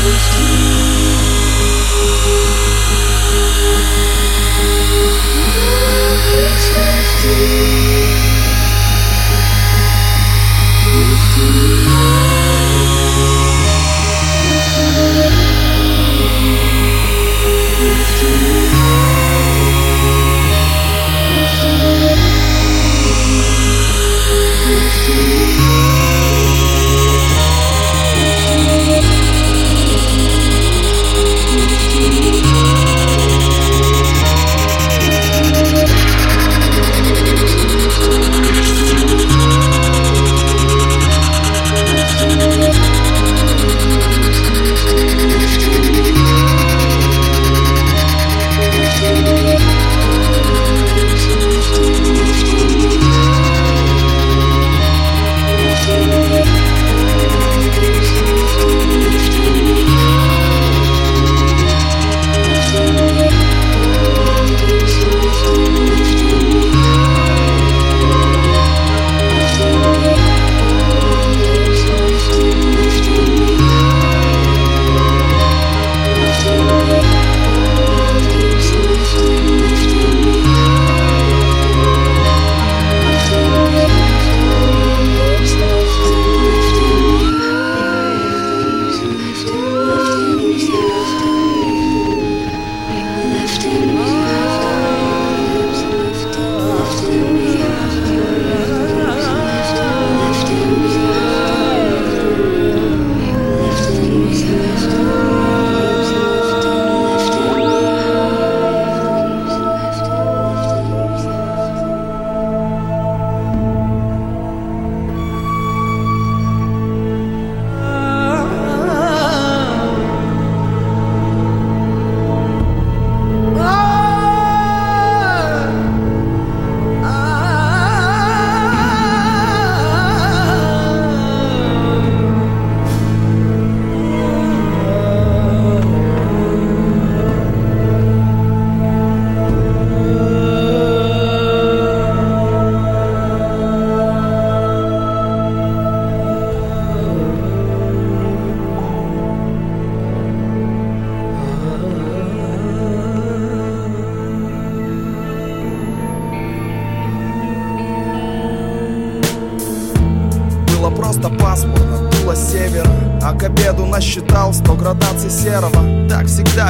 Просто пасмурно, дуло с севера, а к обеду насчитал 100 градаций серого. Так всегда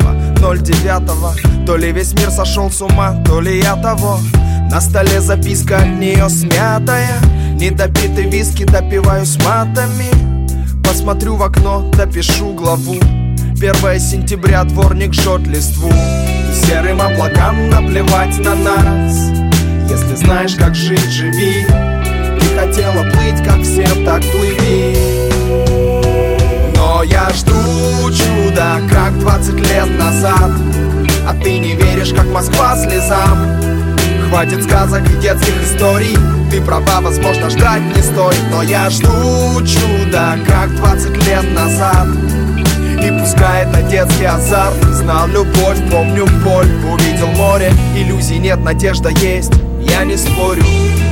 1.09. То ли весь мир сошел с ума, то ли я того. На столе записка от нее смятая. Недопитый виски допиваю с матами. Посмотрю в окно, допишу главу. 1 сентября, дворник жжет листву. И серым облакам наплевать на нас. Если знаешь, как жить, живи. Хотела плыть, как все, так плыви. Но я жду чуда, как 20 лет назад. А ты не веришь, как Москва слезам. Хватит сказок и детских историй. Ты права, возможно, ждать не стоит. Но я жду чуда, как 20 лет назад. И пускай это детский азарт. Знал любовь, помню боль. Увидел море, иллюзий нет, надежда есть. Я не спорю.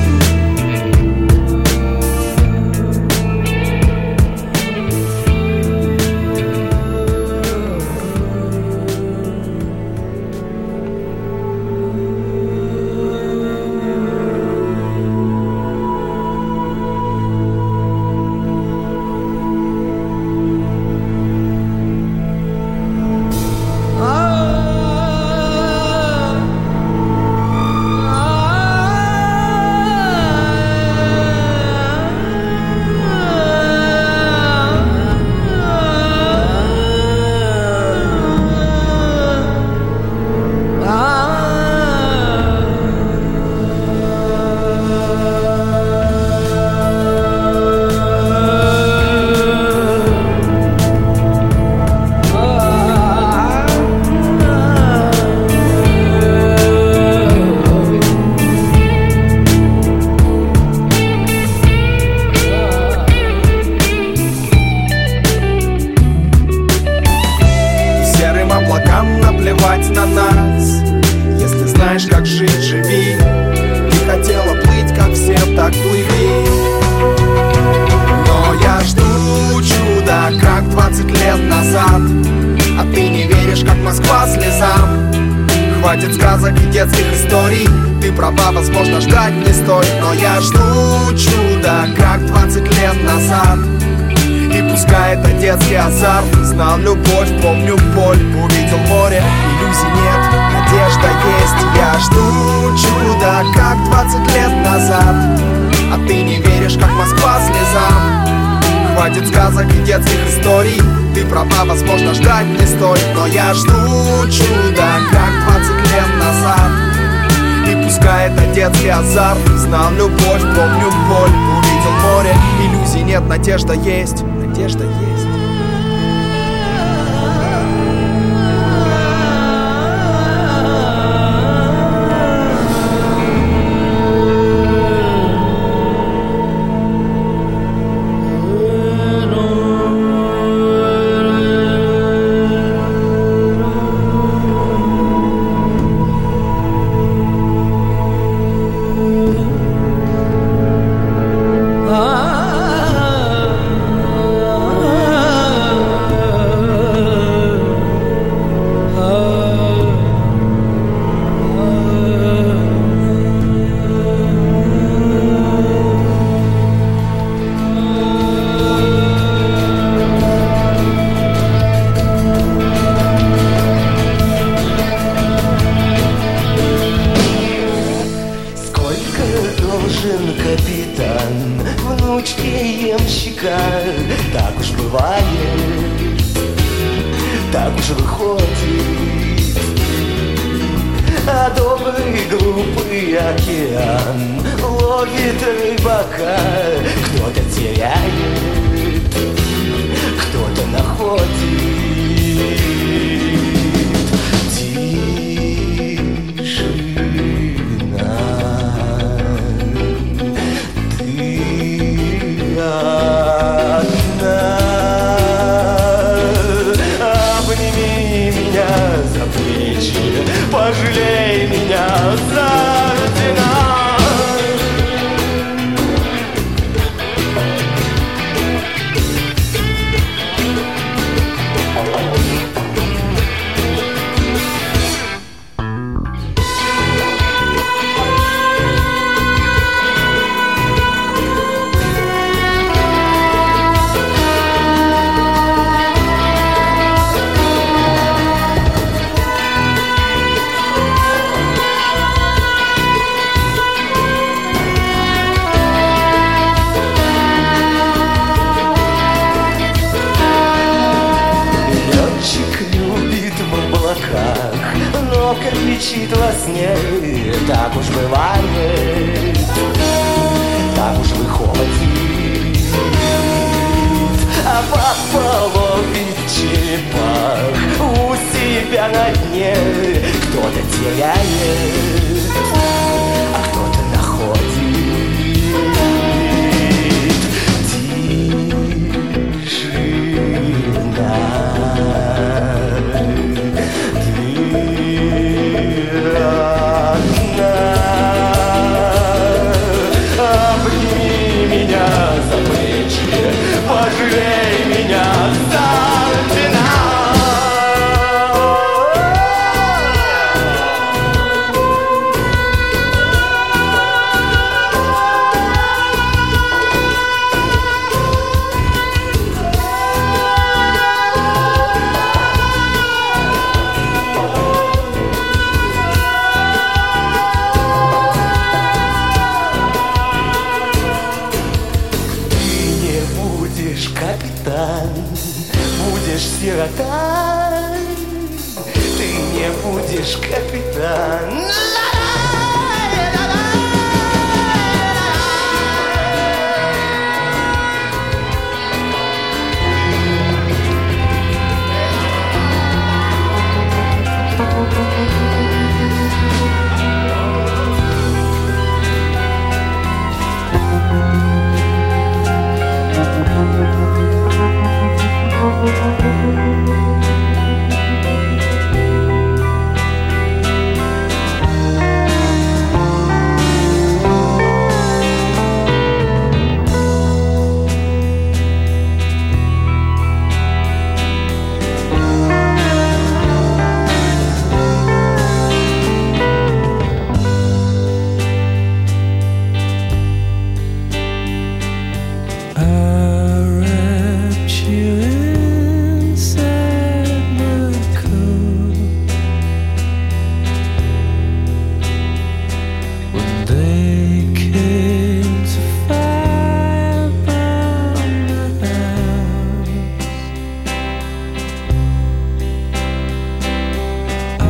Наплевать на нас. Если знаешь, как жить, живи. Ты хотела плыть, как все, так плыви. Но я жду чуда, как 20 лет назад. назад. А ты не веришь, как Москва слезам. Хватит сказок и детских историй. Ты права, возможно, ждать не стоит, но я жду чуда, как 20 лет назад. И пускай это детский азарт. Знал любовь, помню боль, увидел море, иллюзий нет, надежда есть. Я жду чуда, как 20 лет назад. А ты не веришь, как Москва слезам. Хватит сказок и детских историй. Ты права, возможно, ждать не стоит, но я жду чуда, как 20 лет назад. И пускай это детский азарт. Знал любовь, помню боль, увидел море, иллюзий нет, надежда есть. Надежда есть. Капитан, внучке ямщика, так уж бывает, так уж выходит. А добрый глупый океан ловит рыбака. Кто-то теряет, кто-то находит. Пожалей меня за ордена. Но, как кричит во сне, так уж бывает, так уж выходит. А папа ловит черепах у себя на дне. Кто-то теряет, а кто-то находит. Пожалей меня за ордена. Капитан, будешь сирота. Ты не будешь капитан.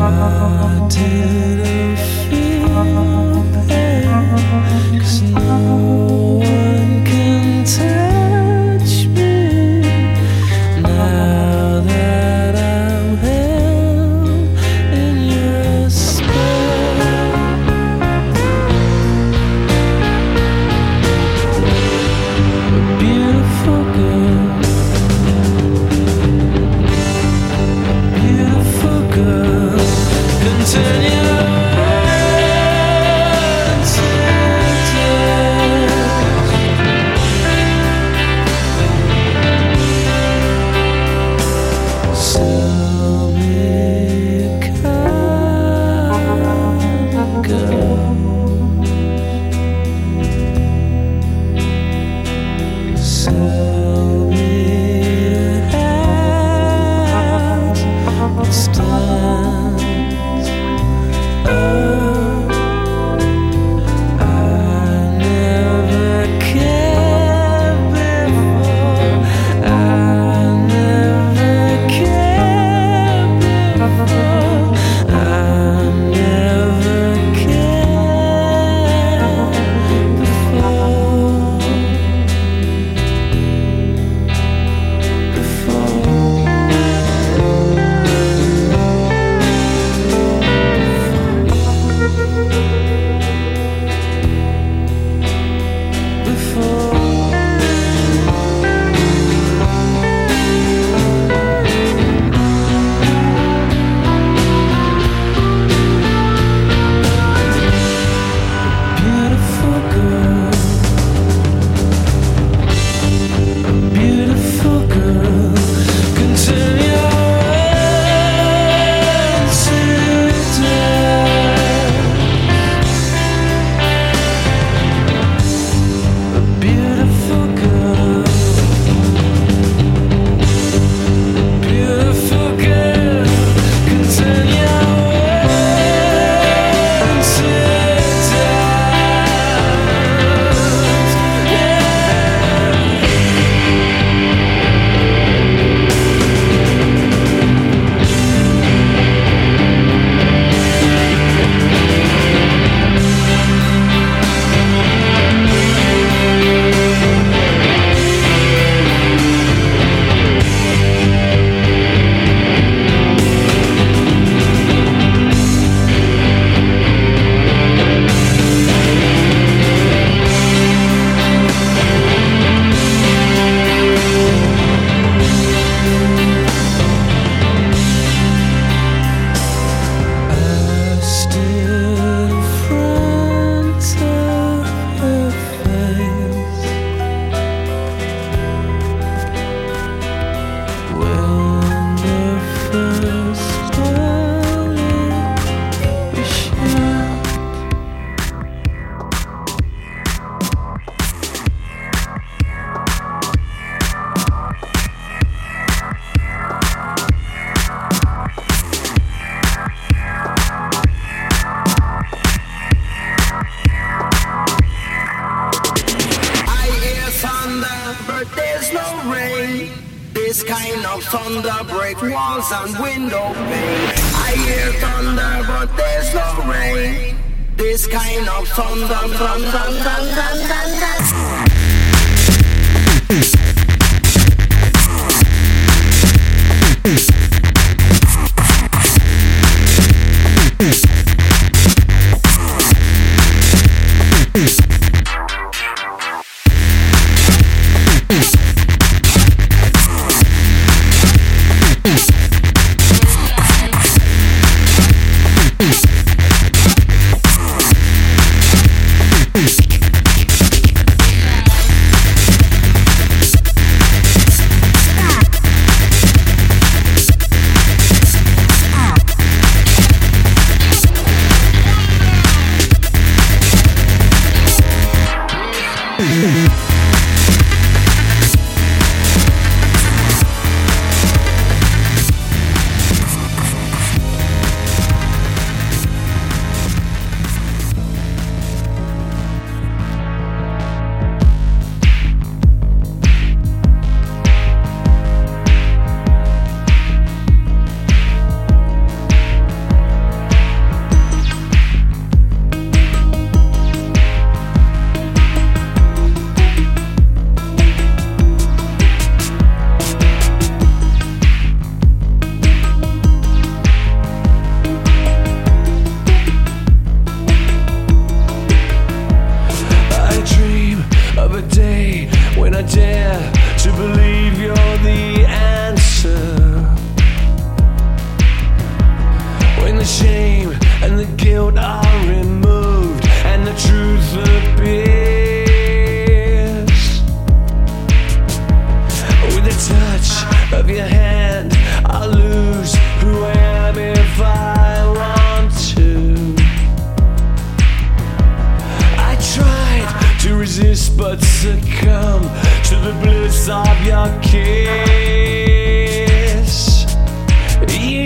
Thunder break walls and window pane. I hear thunder, but there's no rain. This kind of thunder,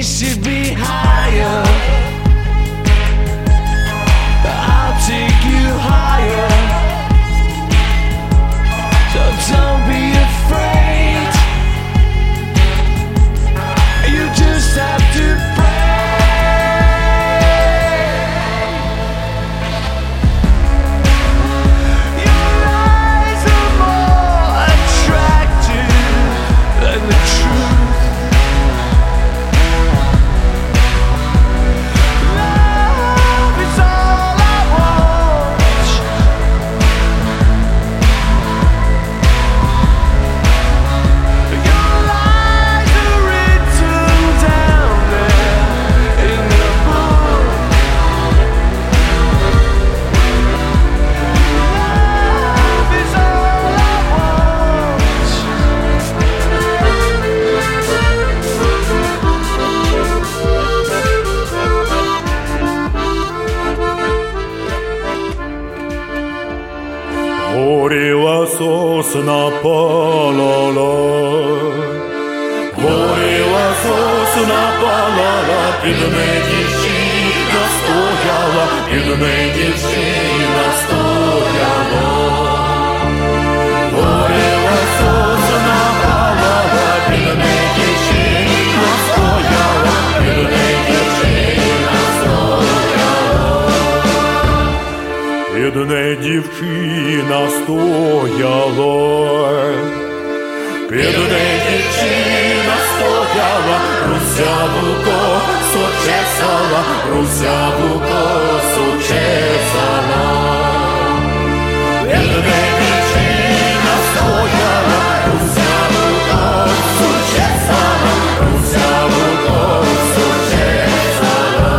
we should be higher. I'll take you higher. So don't be afraid. You just have to pray. Your eyes are more attractive than the truth. Love is all I want. Your lies are written down there in the book. Love is all I want. Горіла сосна палала, горіла сосна палала, під неї дівчина стояла, під неї дівчина стояла. Горіла сосна палала, під неї дівчина стояла, під неї дівчина стояла. Під неї дівчина стояла, під неї дівчина стояла, русяву косу чесала, русяву косу чесала. Під неї дівчина стояла, русяву косу чесала, русяву косу чесала.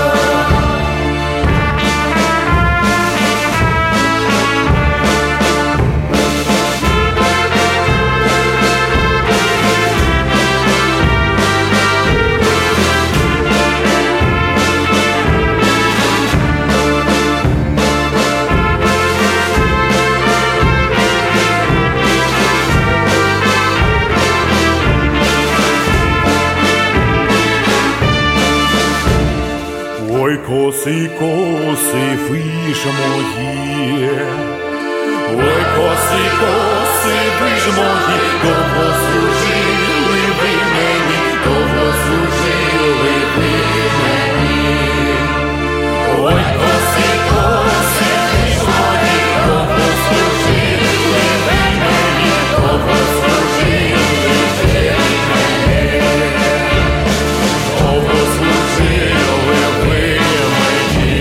Ой, коси, коси, ви ж мої, ой, коси, коси, ви ж мої, довго служили ви мені, довго служили ви мені. Ой, коси, коси, ви ж мої, довго служили ви мені, довго служили ви мені. Довго служили ви мені,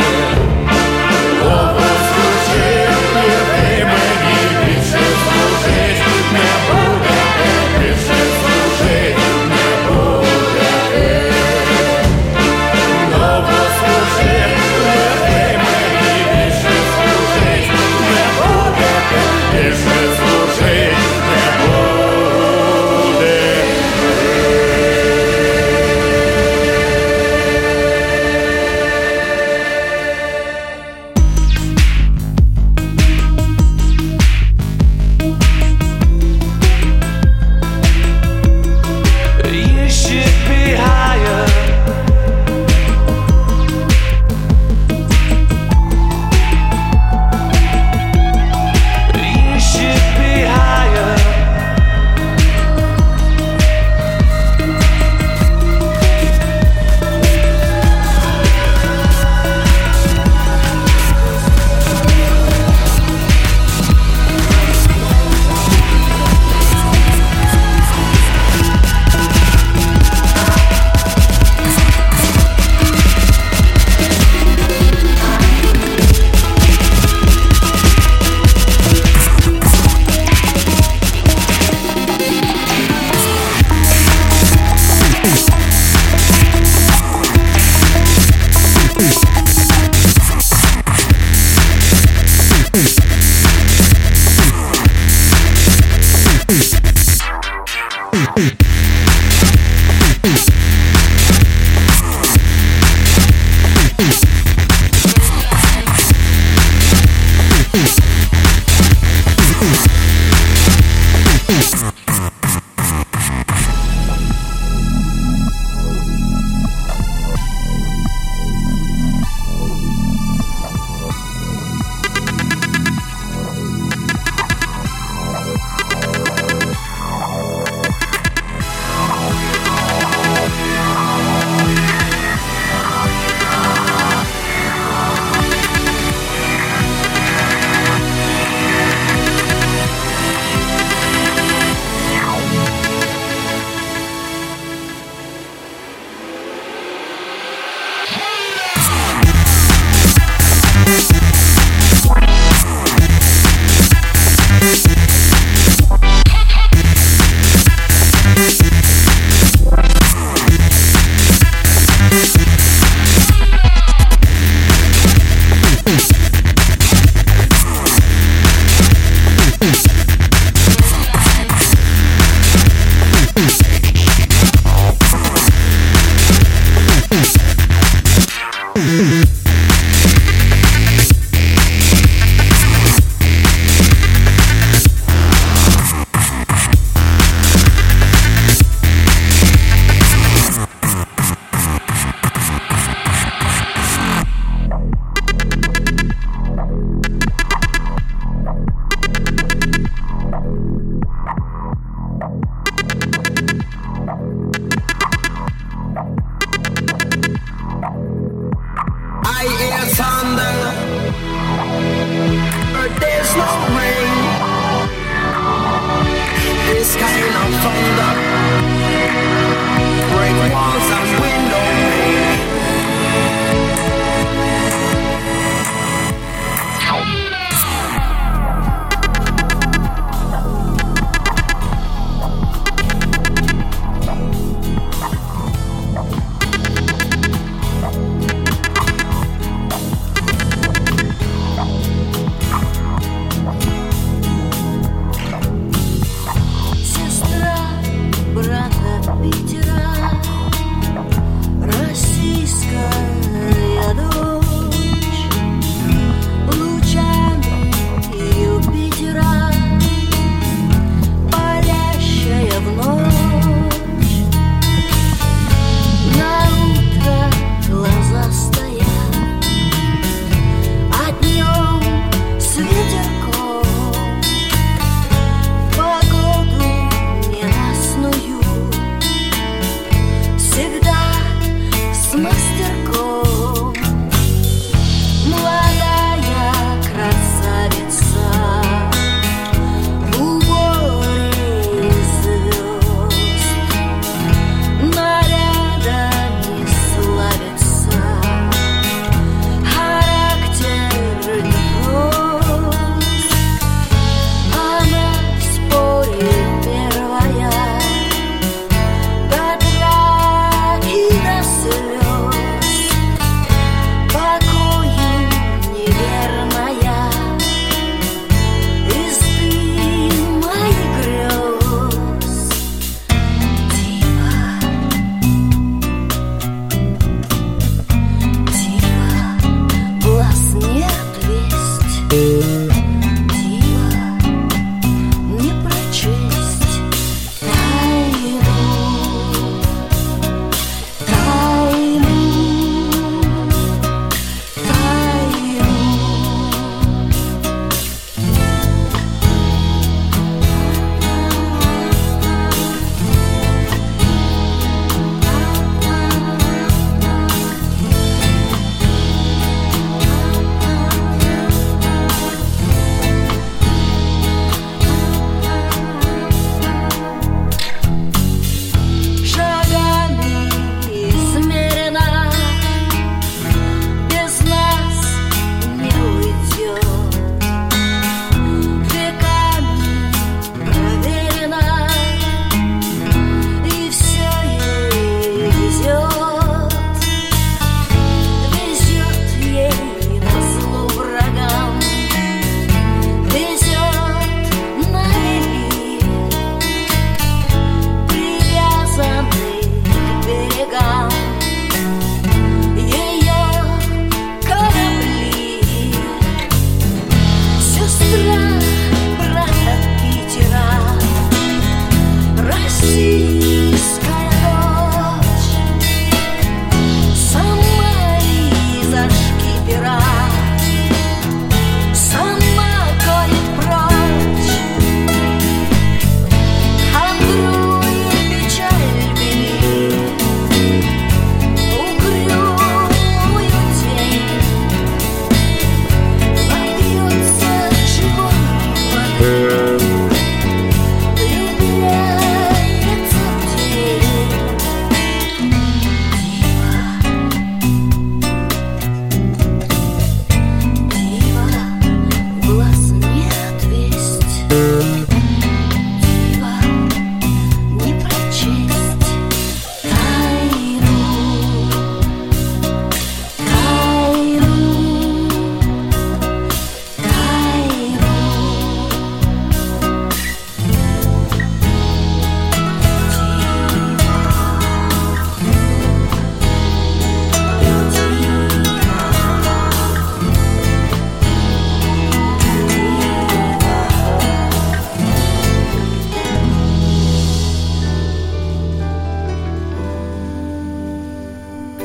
довго служили ви мені, більше служить не будете ви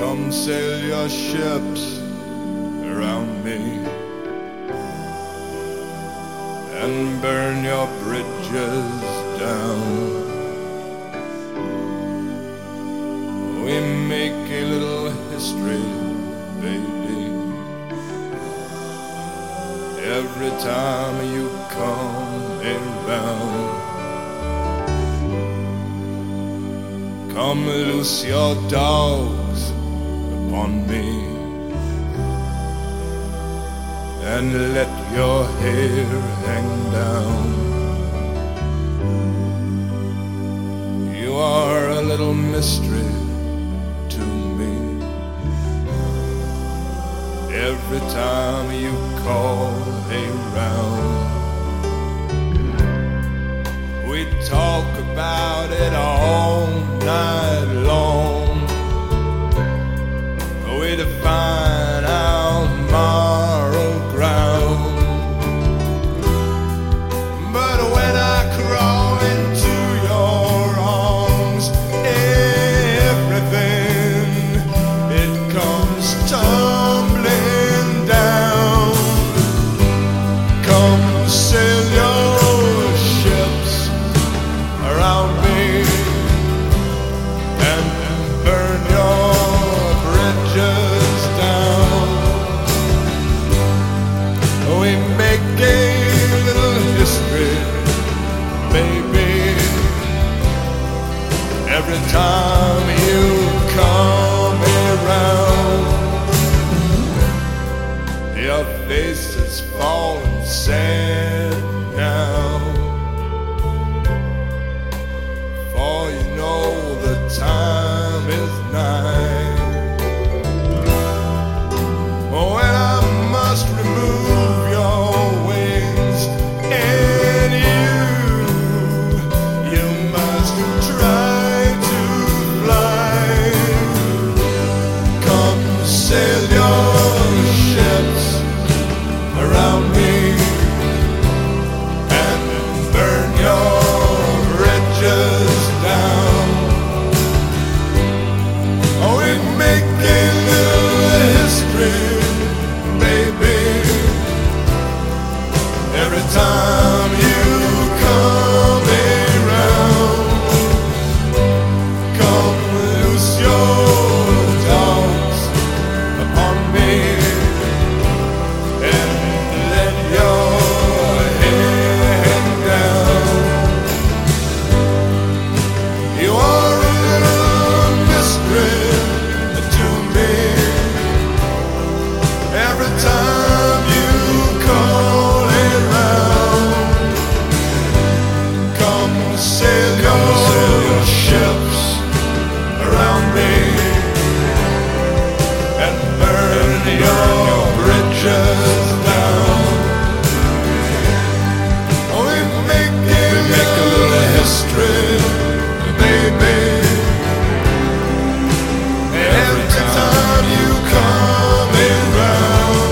Come sail your ships around me and burn your bridges down. We make a little history, baby, every time you come around. Come loose your dogs upon me and let your hair hang down. You are a little mystery to me every time you call around. We talk about it all night long. We define our moral ground. But when I crawl into your arms, everything, it comes tumbling down. Come sail your ships around me and burn your bridges down. We make a little history, baby, every time you come around. Your face is falling sad now, for you know the time is nigh when I must remove your wings, and you must try to fly. Come sail your ships around me and burn your bridges down. Oh, we make a little history, baby, every time you come around. Come loose your dogs upon me and let your hair hang down. You are a little mystery to me every time you call around. Come sail your ships around me and burn your bridges down. We make a little history, baby, every time you come around.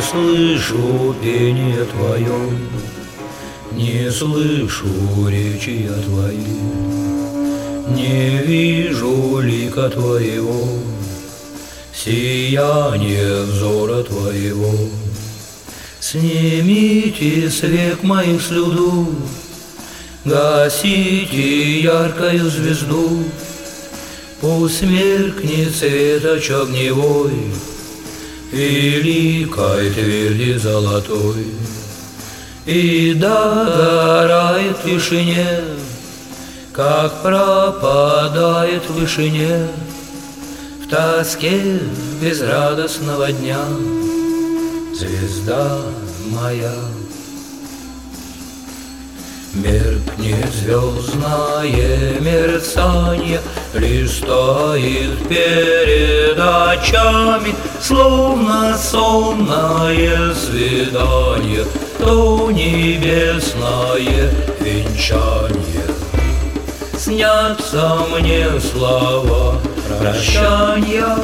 слышу пения Твое, не слышу речи Твоей, не вижу лика Твоего, сияние взора Твоего. Снимите с век моих слюду, гасите яркую звезду, пусть меркнет светочок огневой великой тверди золотой, и догорает в тишине, как пропадает в вышине, в тоске безрадостного дня звезда моя. Меркнет звездное мерцанье, лишь стоит перед очами, словно сонное свидание, то небесное венчание. Снятся мне слова прощания,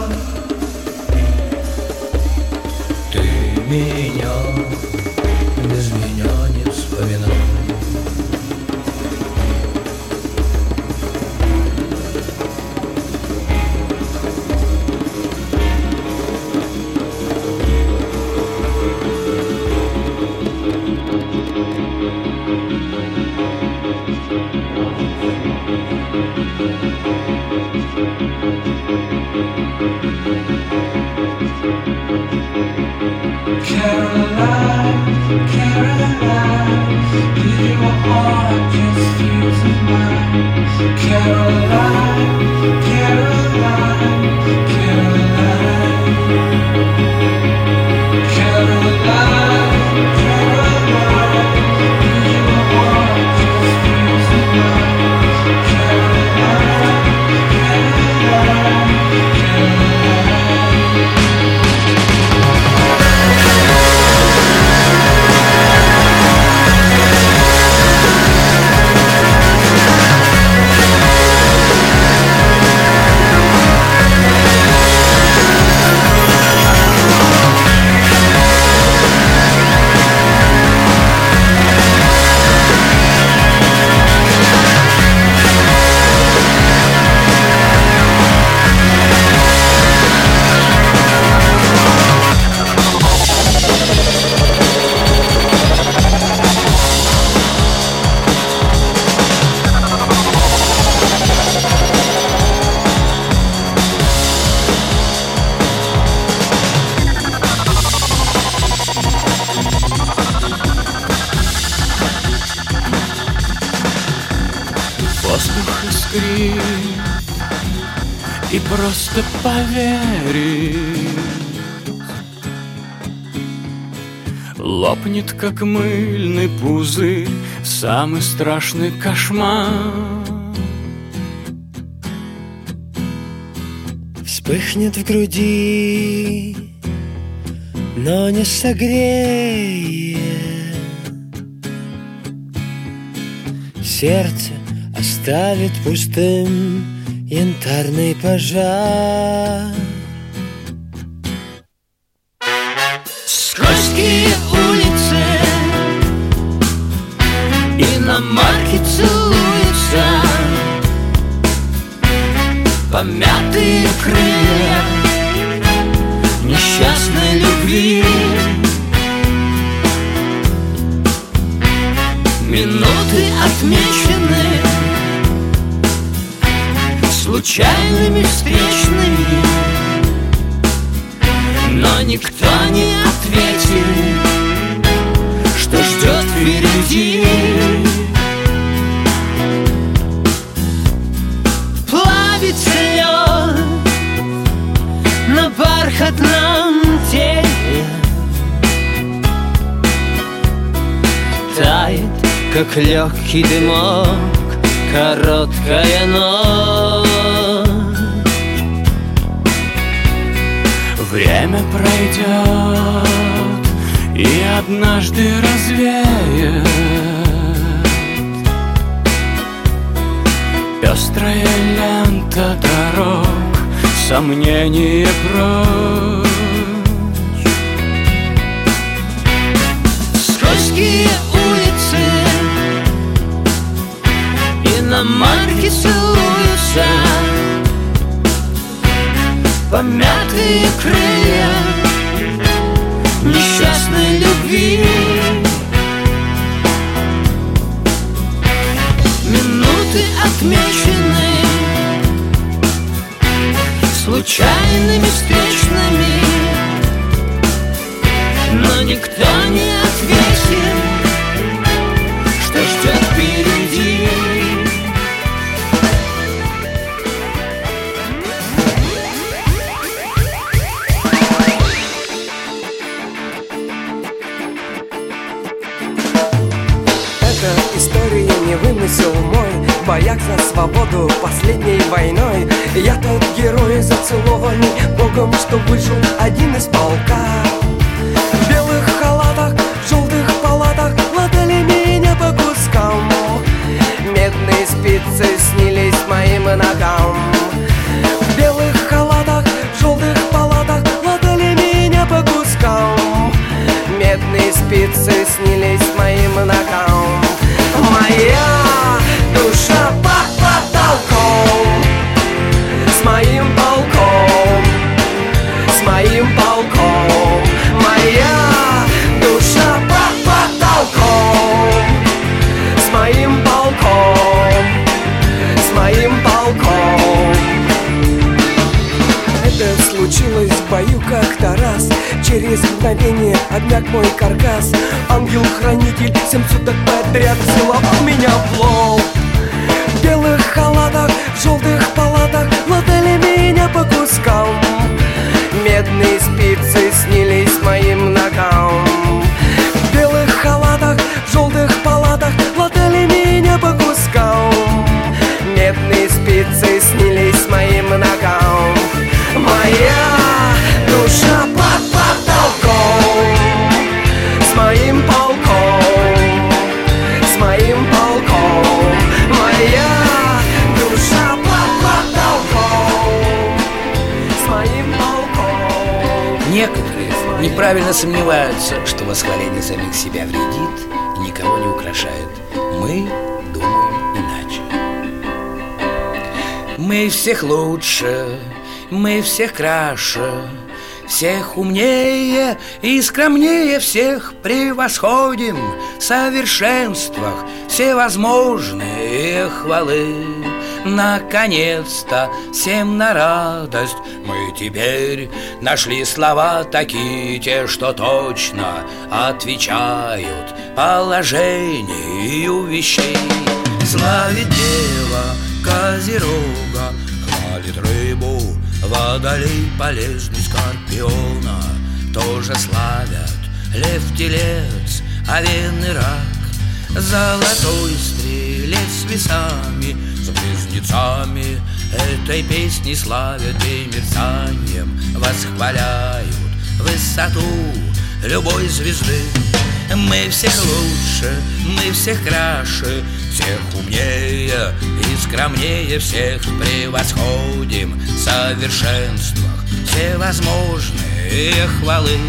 ты меня без меня не вспоминай. Caroline, Caroline, your heart just feels of mine. Caroline, Caroline, Caroline, Caroline, Caroline, your heart just feels of mine. Caroline, Caroline, Caroline. Воздух искрит, и просто поверить лопнет, как мыльный пузырь, самый страшный кошмар. Вспыхнет в груди, но не согреет. Сердце оставит пустым янтарный пожар. Скользкие улицы, иномарки целуются, помятые крылья несчастной любви. Минуты отмечены случайными встречными, но никто не ответил, что ждет впереди. Плавится лед на бархатном теле, Тает, как легкий дымок, короткая ночь. Время пройдет и однажды развеет пестрая лента дорог, сомнения прочь. раскрытые крылья несчастной любви. Минуты отмечены случайными встречными, но никто не ответил, что ждет впереди. Эта история не вымысел мой, бояк за свободу последней войной. Я тот герой, зацелованный Богом, что выжил один из полка. В белых халатах, в желтых палатах латали меня по кускам. Медные спицы снились моим ногам. В белых халатах, в желтых палатах латали меня по кускам. Медные спицы снились моим ногам. Моя душа под потолком, с моим полком, с моим полком. Моя душа под потолком, с моим полком, с моим полком. Это случилось в бою как-то раз. Через мгновение обмяк мой каркас. Ангел-хранитель 7 суток подряд целовал меня в лоб. В белых халатах, в желтых палатах латали меня по кускам. Медные спицы снились моим ногам. В белых халатах, в желтых палатах латали меня по кускам. Медные спицы снились моим ногам. Моя душа под потолком, с моим полком, с моим полком. Моя душа под потолком, с моим полком. Некоторые неправильно сомневаются, что восхваление самих себя вредит и никого не украшает. Мы думаем иначе. Мы всех лучше, мы всех краше, всех умнее и скромнее всех превосходим в совершенствах всевозможные хвалы. Наконец-то всем на радость мы теперь нашли слова такие, те, что точно отвечают положению вещей. Славит дева Козерога, хвалит рыбу Водолей полезный, Скорпиона тоже славят лев, телец, овен и рак. Золотой стрелец с весами, с близнецами этой песни славят и мерцанием восхваляют высоту любой звезды. Мы всех лучше, мы всех краше, всех умнее и скромнее всех превосходим в совершенствах всевозможные хвалы.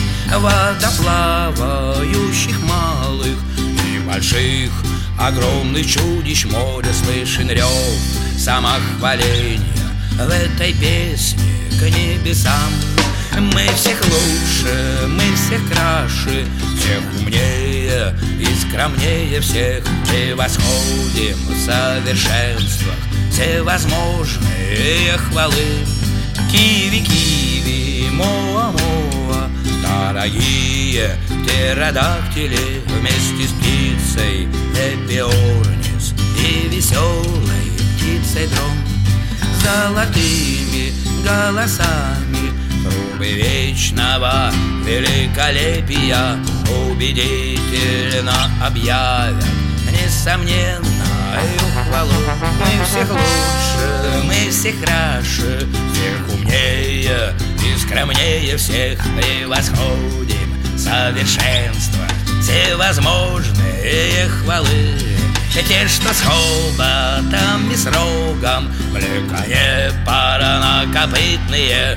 Водоплавающих малых и больших, огромных чудищ моря слышен рев самохваления в этой песне к небесам. Мы всех лучше, мы всех краше, всех умнее и скромнее всех превосходим в совершенствах всевозможные хвалы. Киви, киви, моа, моа, дорогие птеродактили вместе с птицей Эпиорнис и веселой птицей Дрон. Золотыми голосами трубы вечного великолепия убедительно объявят несомненную хвалу. Мы всех лучше, мы всех краше, всех умнее и скромнее всех превосходим совершенство всевозможные хвалы. Те, что с хоботом и с рогом, влекая парнокопытные,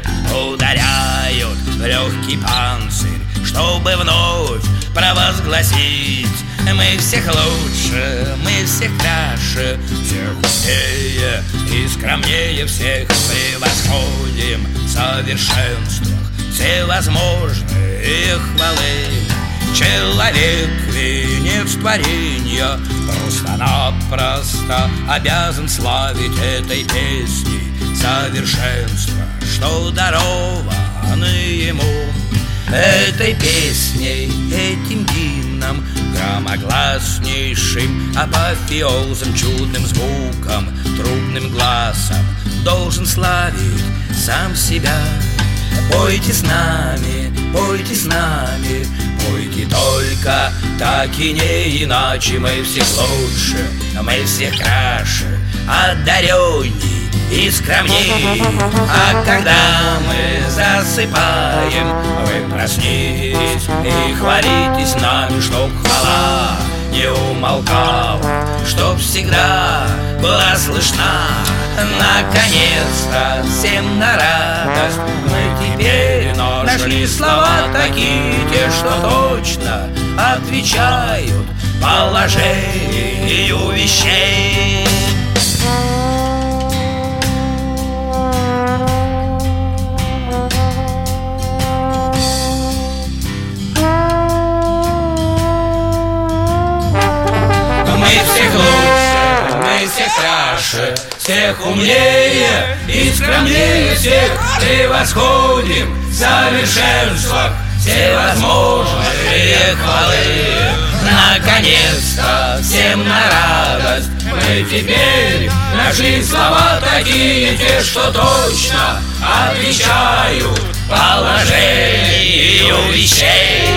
ударяют в легкий панцирь, чтобы вновь провозгласить Мы всех лучше, мы всех краше, всех умнее и скромнее, всех превосходим в совершенствах всевозможные хвалы. Человек венец творенья, просто-напросто обязан славить этой песней совершенства, что дарованы ему. Этой песней, этим гимном, громогласнейшим апофеозом, чудным звуком, трубным глазом должен славить сам себя. Пойте с нами, пойте с нами, пойте только так и не иначе. Мы всех лучше, мы всех краше, одаренней и скромней. А когда мы засыпаем, вы проснитесь и хвалитесь нами, чтоб хвала не умолкала, чтоб всегда была слышна. Наконец-то всем на радость мы теперь нашли слова такие, те, что точно отвечают положению вещей. Мы всех лучше, мы всех краше, всех умнее и скромнее, всех превосходим в совершенствах всевозможные хвалы. Наконец-то всем на радость мы теперь нашли слова такие, те, что точно отвечают положению вещей.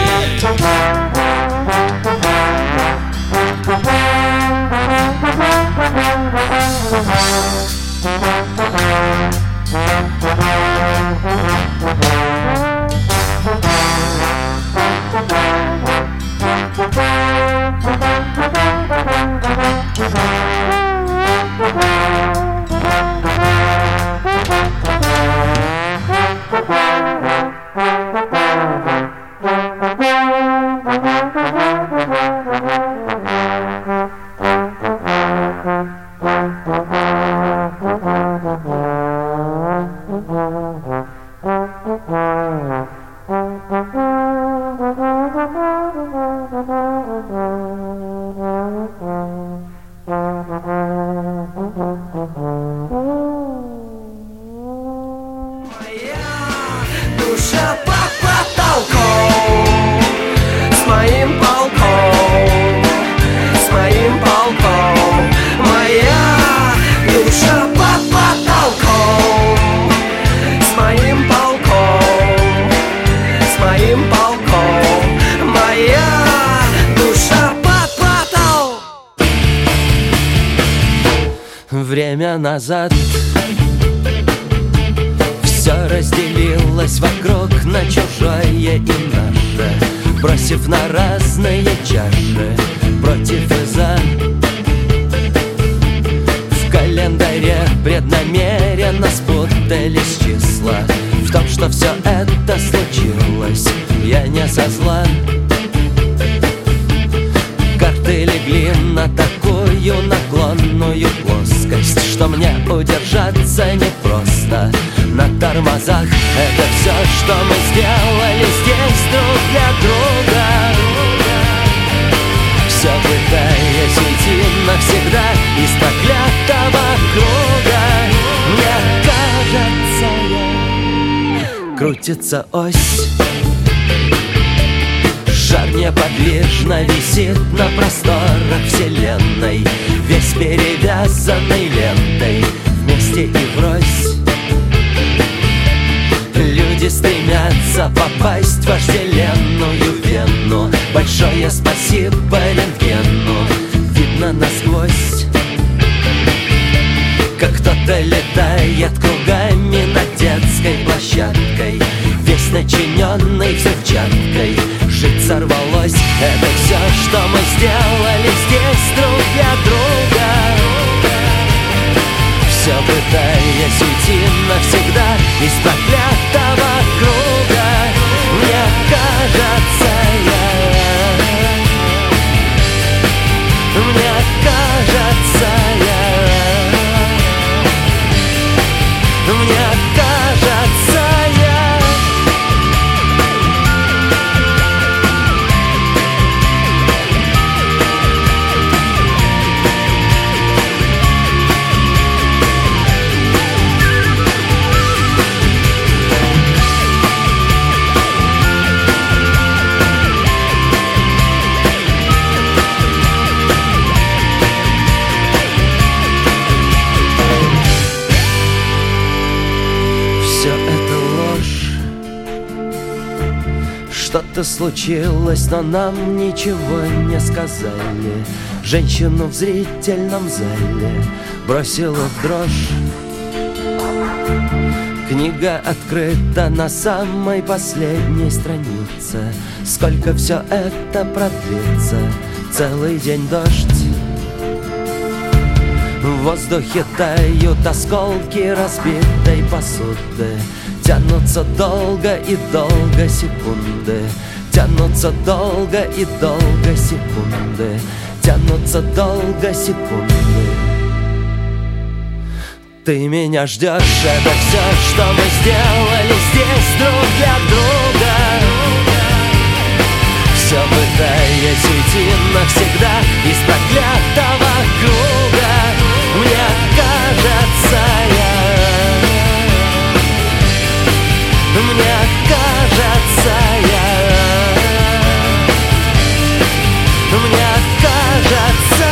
Душа под потолком, с моим полком, с моим полком. Моя душа под потолком, с моим полком, с моим полком. Моя душа под потолком. Время назад все разделилось вокруг на чужое и наше, бросив на разные чаши, против и за. В календаре преднамеренно спутались числа. В том, что все это случилось, я не со зла. Карты легли на такую наклонную плоскость, что мне удержаться непросто. На тормозах это все, что мы сделали здесь друг для друга. Все пытаясь уйти навсегда из проклятого круга. Мне кажется, крутится ось, шар неподвижно висит на просторах вселенной, весь перевязанный лентой, вместе и врозь. Люди стремятся попасть в вожделенную вену. Большое спасибо рентгену, видно насквозь, как кто-то летает кругами над детской площадкой, весь начиненный взрывчаткой. Жить сорвалось, это все, что мы сделали здесь друг для друга. Все пытаясь уйти навсегда из проклятого круга. Мне кажется, Что-то случилось, но нам ничего не сказали. Женщину в зрительном зале бросила в дрожь. Книга открыта на самой последней странице. Сколько все это продлится? Целый день дождь. В воздухе тают осколки разбитой посуды. Тянутся долго и долго секунды. Тянутся долго и долго секунды. Тянутся долго секунды. Ты меня ждешь, это все, что мы сделали здесь друг для друга. Все пытаясь уйти навсегда из проклятого круга. Мне кажется, мне кажется, мне кажется,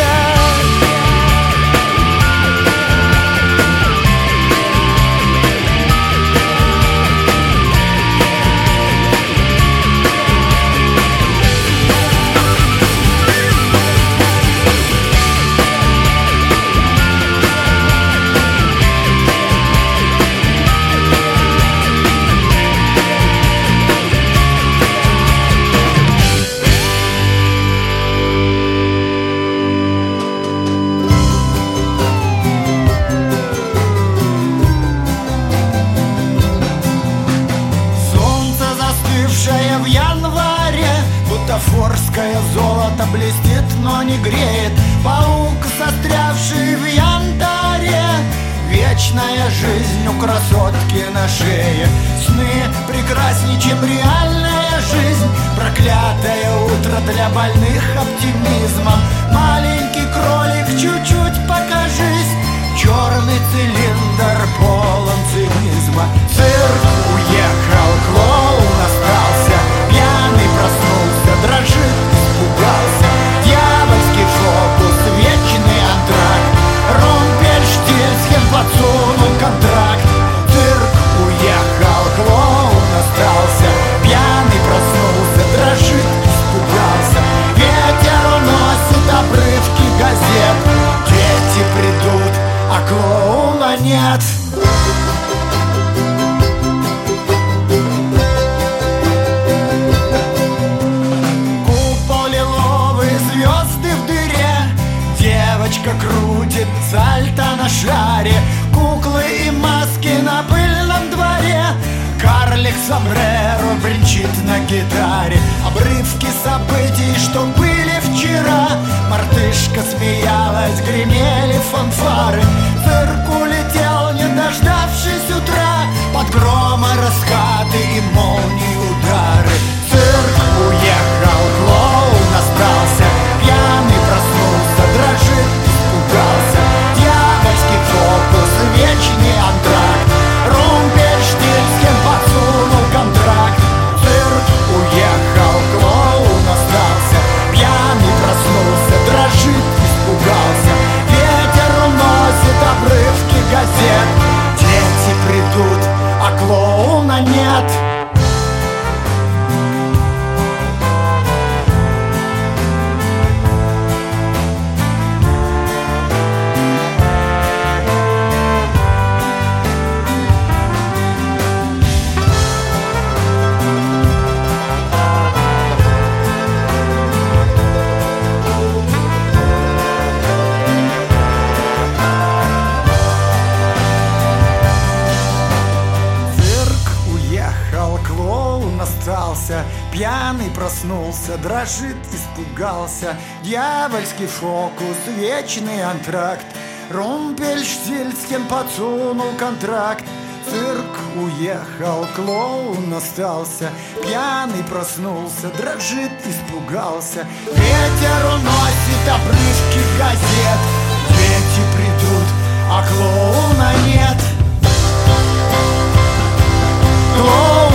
бутафорское золото блестит, но не греет. Паук, застрявший в янтаре. Вечная жизнь у красотки на шее. Сны прекрасней, чем реальная жизнь. Проклятое утро для больных оптимизмом. Маленький кролик, чуть-чуть покажись. Черный цилиндр полон цинизма. Цирк уехал, клоун остался. Пьяный проснулся, дрожит, испугался. Дьявольский фокус, вечный антракт. Румпельштильцхен подсунул контракт. Цирк уехал, клоун остался. Пьяный проснулся, дрожит, испугался. Ветер уносит обрывки газет. Дети придут, а клоуна нет. Купол лиловый, звезды в дыре. Девочка крутит сальто на шаре. Куклы и маски на пыльном дворе. Карлик сомбреро бренчит на гитаре. Обрывки событий, что были вчера. Мартышка смеялась, гремели фанфары. Цирк улетел, не дождавшись утра. Под грома раскаты и молнии удары. Цирк уехал, клоун остался. Пьяный проснулся, дрожит, испугался. Дьявольский фокус, вечный антракт. Румпельштильцхен подсунул контракт. Цирк уехал, клоун остался. Пьяный проснулся, дрожит, испугался. Ветер уносит обрывки газет. Дети придут, а клоуна нет. Пьяный проснулся, дрожит, испугался. Дьявольский фокус, вечный антракт. Румпельштильцхен подсунул контракт. Цирк уехал, клоун остался. Пьяный проснулся, дрожит, испугался. Ветер уносит обрывки газет. Дети придут, а клоуна нет. Клоун